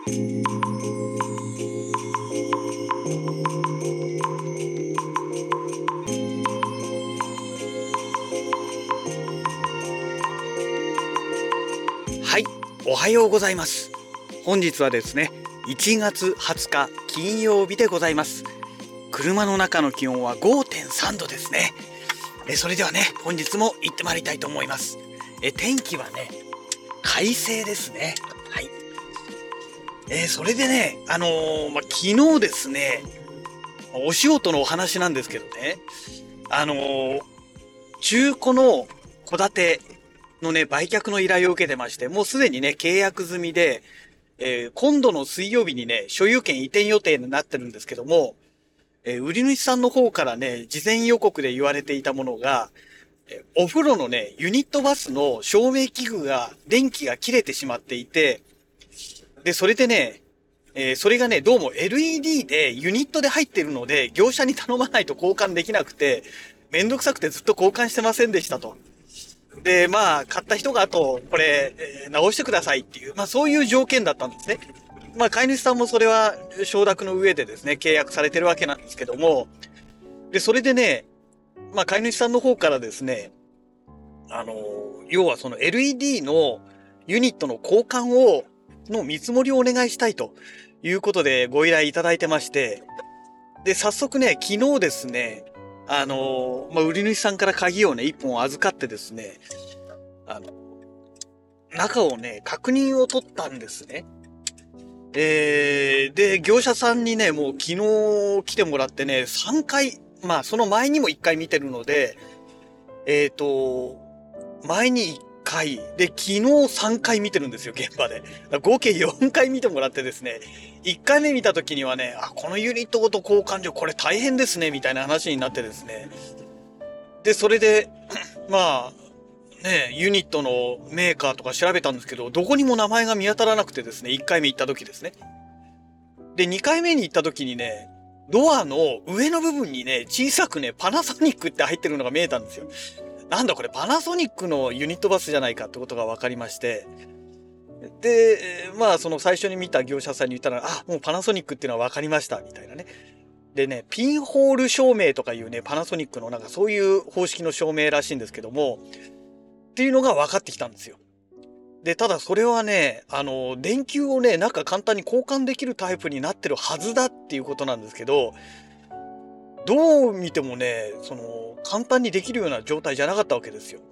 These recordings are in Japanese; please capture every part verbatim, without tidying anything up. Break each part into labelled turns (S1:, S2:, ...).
S1: はい、おはようございます。本日はですね、いちがつはつか金曜日でございます。車の中の気温は ごてんさんどですね。えそれではね、本日も行ってまいりたいと思います。え天気はね、快晴ですね。はい。えー、それでね、あのー、まあ、昨日ですね、お仕事のお話なんですけどね、あのー、中古の戸建てのね、売却の依頼を受けてまして、もうすでにね、契約済みで、えー、今度の水曜日にね、所有権移転予定になってるんですけども、えー、売り主さんの方からね、事前予告で言われていたものが、えー、お風呂のね、ユニットバスの照明器具が、電気が切れてしまっていて、で、それでね、えー、それがね、どうも エルイーディー でユニットで入ってるので、業者に頼まないと交換できなくて、めんどくさくてずっと交換してませんでしたと。で、まあ、買った人があと、これ、えー直してくださいっていう、まあそういう条件だったんですね。まあ、飼い主さんもそれは承諾の上でですね、契約されてるわけなんですけども、で、それでね、まあ、飼い主さんの方からですね、あの、要はその エルイーディー のユニットの交換を、の見積もりをお願いしたいということでご依頼いただいてまして、で、早速ね、昨日ですね、あの、まあ、売り主さんから鍵をね、一本預かってですね、あの、中をね、確認を取ったんですね。えー、で、業者さんにね、もう昨日来てもらってね、さんかい、まあその前にもいっかい見てるので、えっと、前にいっかい、で、昨日さんかい見てるんですよ、現場で。合計よんかい見てもらってですね、いっかいめ見た時にはね、あ、このユニットごと交換料、これ大変ですね、みたいな話になってですね。で、それで、まあ、ね、ユニットのメーカーとか調べたんですけど、どこにも名前が見当たらなくてですね、いっかいめ行った時ですね。で、にかいめに行った時にね、ドアの上の部分にね、小さくね、パナソニックって入ってるのが見えたんですよ。なんだこれ、パナソニックのユニットバスじゃないかってことが分かりまして、で、まあ、その最初に見た業者さんに言ったら、あ、もうパナソニックっていうのは分かりました、みたいなね。でね、ピンホール照明とかいうね、パナソニックのなんかそういう方式の照明らしいんですけども、っていうのが分かってきたんですよ。で、ただそれはね、あの、電球をね、なんか簡単に交換できるタイプになってるはずだっていうことなんですけど、どう見てもね、その、簡単にできるような状態じゃなかったわけですよ。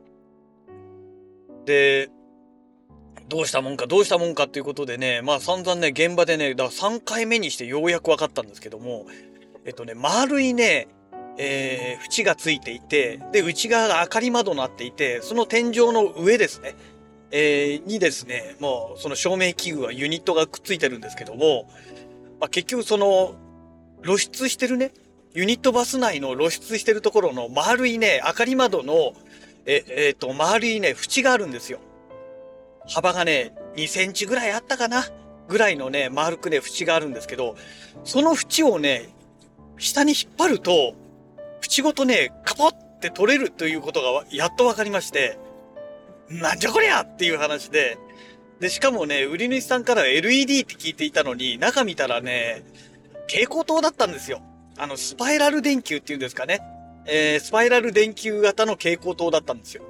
S1: で、どうしたもんか、どうしたもんかっていうことでね、まあ散々ね、現場でね、だからさんかいめにしてようやく分かったんですけども、えっとね、丸いね、えー、縁がついていて、で、内側が明かり窓になっていて、その天井の上ですね。えー、にですね、もうその照明器具はユニットがくっついてるんですけども、まあ、結局その露出してるね、ユニットバス内の露出してるところの丸いね、明かり窓の、え、えっと、丸いね、縁があるんですよ。幅がね、にセンチぐらいあったかなぐらいのね、丸くね、縁があるんですけど、その縁をね、下に引っ張ると、縁ごとね、カポって取れるということがやっとわかりまして、なんじゃこりゃっていう話で、で、しかもね、売り主さんからは エルイーディー って聞いていたのに、中見たらね、蛍光灯だったんですよ。あの、スパイラル電球っていうんですかね。えー、スパイラル電球型の蛍光灯だったんですよ。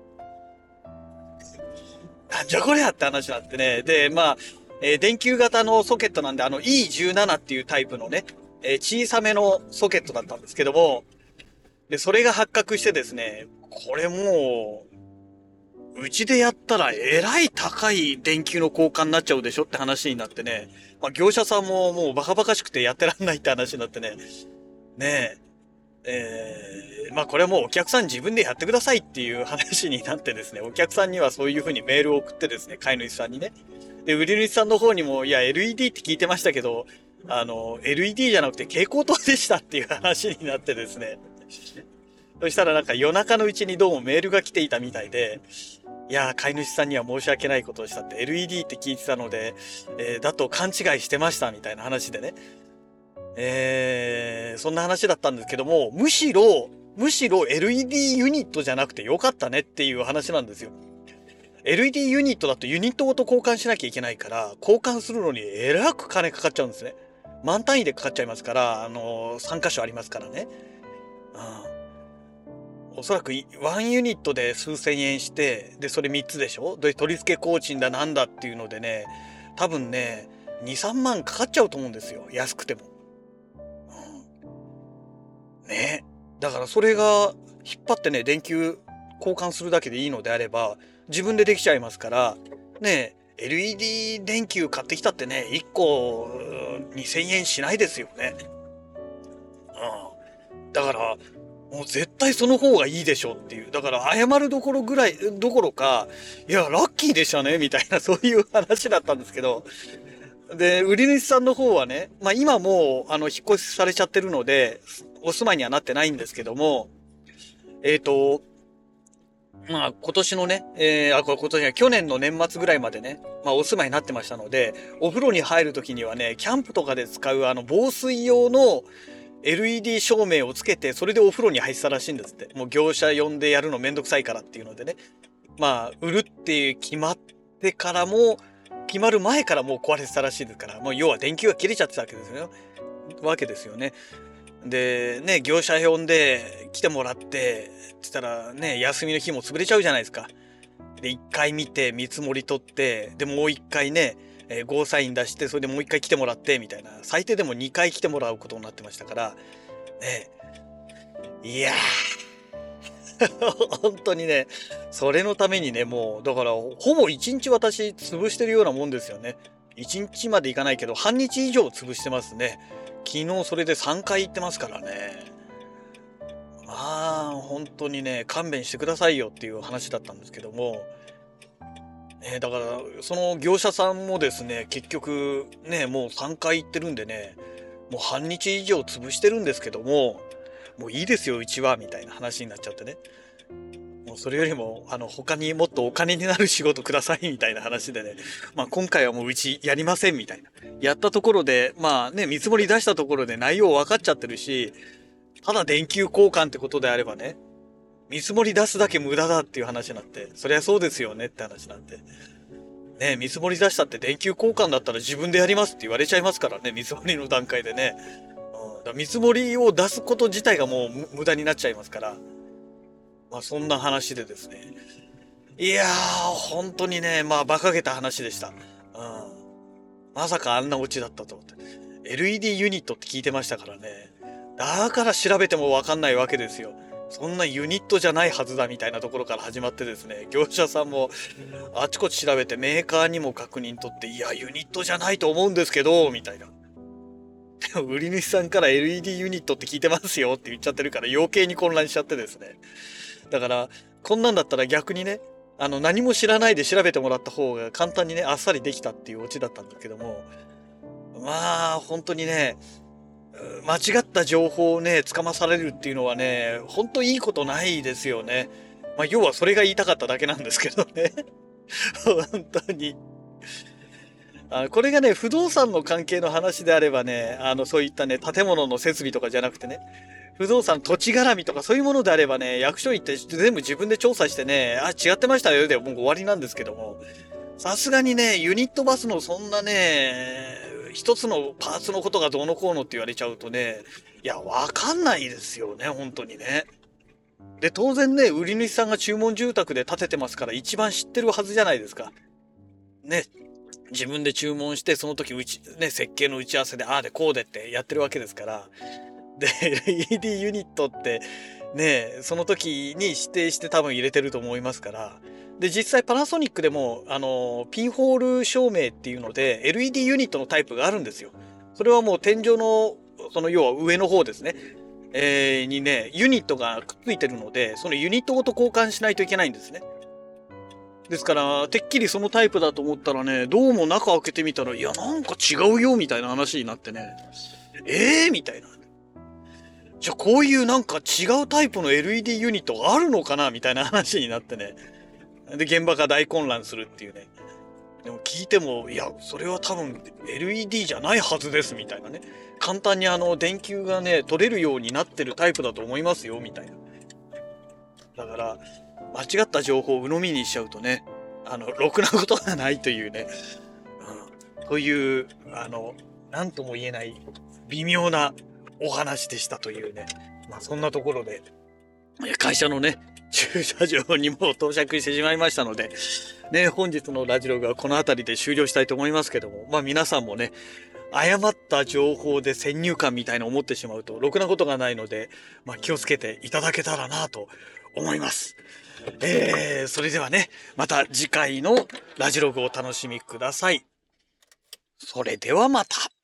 S1: なんじゃこりゃって話になってね。で、まあ、えー電球型のソケットなんで、あの イーじゅうなな っていうタイプのね、えー小さめのソケットだったんですけども、で、それが発覚してですね、これもう、うちでやったらえらい高い電球の交換になっちゃうでしょって話になってね、まあ業者さんももうバカバカしくてやってらんないって話になってね、ねえ、えー、まあこれはもうお客さん自分でやってくださいっていう話になってですね、お客さんにはそういう風にメールを送ってですね、飼い主さんにね。で、売り主さんの方にも、いや、エルイーディー って聞いてましたけど、あの、エルイーディー じゃなくて蛍光灯でしたっていう話になってですね。そしたらなんか夜中のうちにどうもメールが来ていたみたいで、いやー、飼い主さんには申し訳ないことをしたって、エルイーディー って聞いてたので、えー、だと勘違いしてましたみたいな話でね。えー、そんな話だったんですけども、むしろ、むしろ エルイーディー ユニットじゃなくてよかったねっていう話なんですよ。 エルイーディー ユニットだとユニットごと交換しなきゃいけないから、交換するのにえらく金かかっちゃうんですね。万単位でかかっちゃいますから、あのー、さん箇所ありますからね。うん。おそらくいちユニットで数千円して、で、それみっつでしょで、取り付け工賃だなんだっていうのでね、多分ね、に、さんまんかかっちゃうと思うんですよ。安くても。うん。ね。だからそれが、引っ張ってね、電球交換するだけでいいのであれば、自分でできちゃいますから、ね、エルイーディー 電球買ってきたってね、いっこにせんえんしないですよね。うん。だから、もう絶対その方がいいでしょっていう。だから謝るどころぐらい、どころか、いや、ラッキーでしたね、みたいな、そういう話だったんですけど。で、売り主さんの方はね、まあ今もう、あの、引っ越しされちゃってるので、お住まいにはなってないんですけども、えっと、まあ今年のね、えー、あ、これ今年は去年の年末ぐらいまでね、まあお住まいになってましたので、お風呂に入るときにはね、キャンプとかで使うあの防水用の エルイーディー 照明をつけて、それでお風呂に入ってたらしいんですって。もう業者呼んでやるのめんどくさいからっていうのでね。まあ、売るって決まってからも、決まる前からもう壊れてたらしいですから、もう要は電球が切れちゃってたわけですよね。わけですよね。で、ね、業者呼んで来てもらって、つったらね、休みの日も潰れちゃうじゃないですか。で、一回見て、見積もり取って、で、もう一回ね、えーゴーサイン出して、それでもう一回来てもらって、みたいな。最低でもにかい来てもらうことになってましたから、ね。いやー、本当にね、それのためにね、もう、だから、ほぼ一日私潰してるようなもんですよね。一日までいかないけど、半日以上潰してますね。昨日それでさんかい行ってますからね。まあ、本当にね、勘弁してくださいよっていう話だったんですけども、ね、だから、その業者さんもですね、結局、ね、もうさんかい行ってるんでね、もう半日以上潰してるんですけども、もういいですよ、うちは、みたいな話になっちゃってね。もうそれよりも、あの、他にもっとお金になる仕事ください、みたいな話でね。まあ今回はもううちやりません、みたいな。やったところで、まあね、見積もり出したところで内容分かっちゃってるし、ただ電球交換ってことであればね、見積もり出すだけ無駄だっていう話になって、そりゃそうですよねって話になって。ね、見積もり出したって電球交換だったら自分でやりますって言われちゃいますからね、見積もりの段階でね。うん、だから見積もりを出すこと自体がもう無駄になっちゃいますから。まあそんな話でですね。いやー、本当にね、まあ馬鹿げた話でした。うん。まさかあんなオチだったと思って。エルイーディー ユニットって聞いてましたからね。だから調べてもわかんないわけですよ。そんなユニットじゃないはずだみたいなところから始まってですね、業者さんもあちこち調べてメーカーにも確認取って、いや、ユニットじゃないと思うんですけど、みたいな。でも売り主さんから エルイーディー ユニットって聞いてますよって言っちゃってるから余計に混乱しちゃってですね。だから、こんなんだったら逆にね、あの、何も知らないで調べてもらった方が簡単にね、あっさりできたっていうオチだったんだけども、まあ、本当にね、間違った情報をね、つかまされるっていうのはね、ほんといいことないですよね。まあ、要はそれが言いたかっただけなんですけどね。本当に。あこれがね、不動産の関係の話であればね、あの、そういったね、建物の設備とかじゃなくてね、不動産土地絡みとかそういうものであればね、役所行って全部自分で調査してね、あ、違ってましたよでもう終わりなんですけども、さすがにね、ユニットバスのそんなね、一つのパーツのことがどうのこうのって言われちゃうとね、いや、わかんないですよね、本当にね。で、当然ね、売り主さんが注文住宅で建ててますから一番知ってるはずじゃないですか。ね、自分で注文して、その時うち、ね、設計の打ち合わせで、ああでこうでってやってるわけですから。で、エルイーディー ユニットって、ね、その時に指定して多分入れてると思いますから。で、実際パナソニックでも、あの、ピンホール照明っていうので、エルイーディー ユニットのタイプがあるんですよ。それはもう天井の、その要は上の方ですね。えー、にね、ユニットがくっついてるので、そのユニットごと交換しないといけないんですね。ですから、てっきりそのタイプだと思ったらね、どうも中開けてみたら、いや、なんか違うよ、みたいな話になってね。えーみたいな。じゃあこういうなんか違うタイプの エルイーディー ユニットがあるのかなみたいな話になってね。で、現場が大混乱するっていうね。でも聞いても、いや、それは多分 エルイーディー じゃないはずです、みたいなね。簡単にあの、電球がね、取れるようになってるタイプだと思いますよ、みたいな。だから、間違った情報を鵜呑みにしちゃうとね、 あのろくなことがないというね、うん、というあの何とも言えない微妙なお話でしたというね、まあそんなところで会社のね駐車場にも到着してしまいましたのでね、本日のラジログはこの辺りで終了したいと思いますけども、まあ皆さんもね、誤った情報で先入観みたいな思ってしまうとろくなことがないので、まあ、気をつけていただけたらなと思います。えー、それではね、また次回のラジログをお楽しみください。それではまた。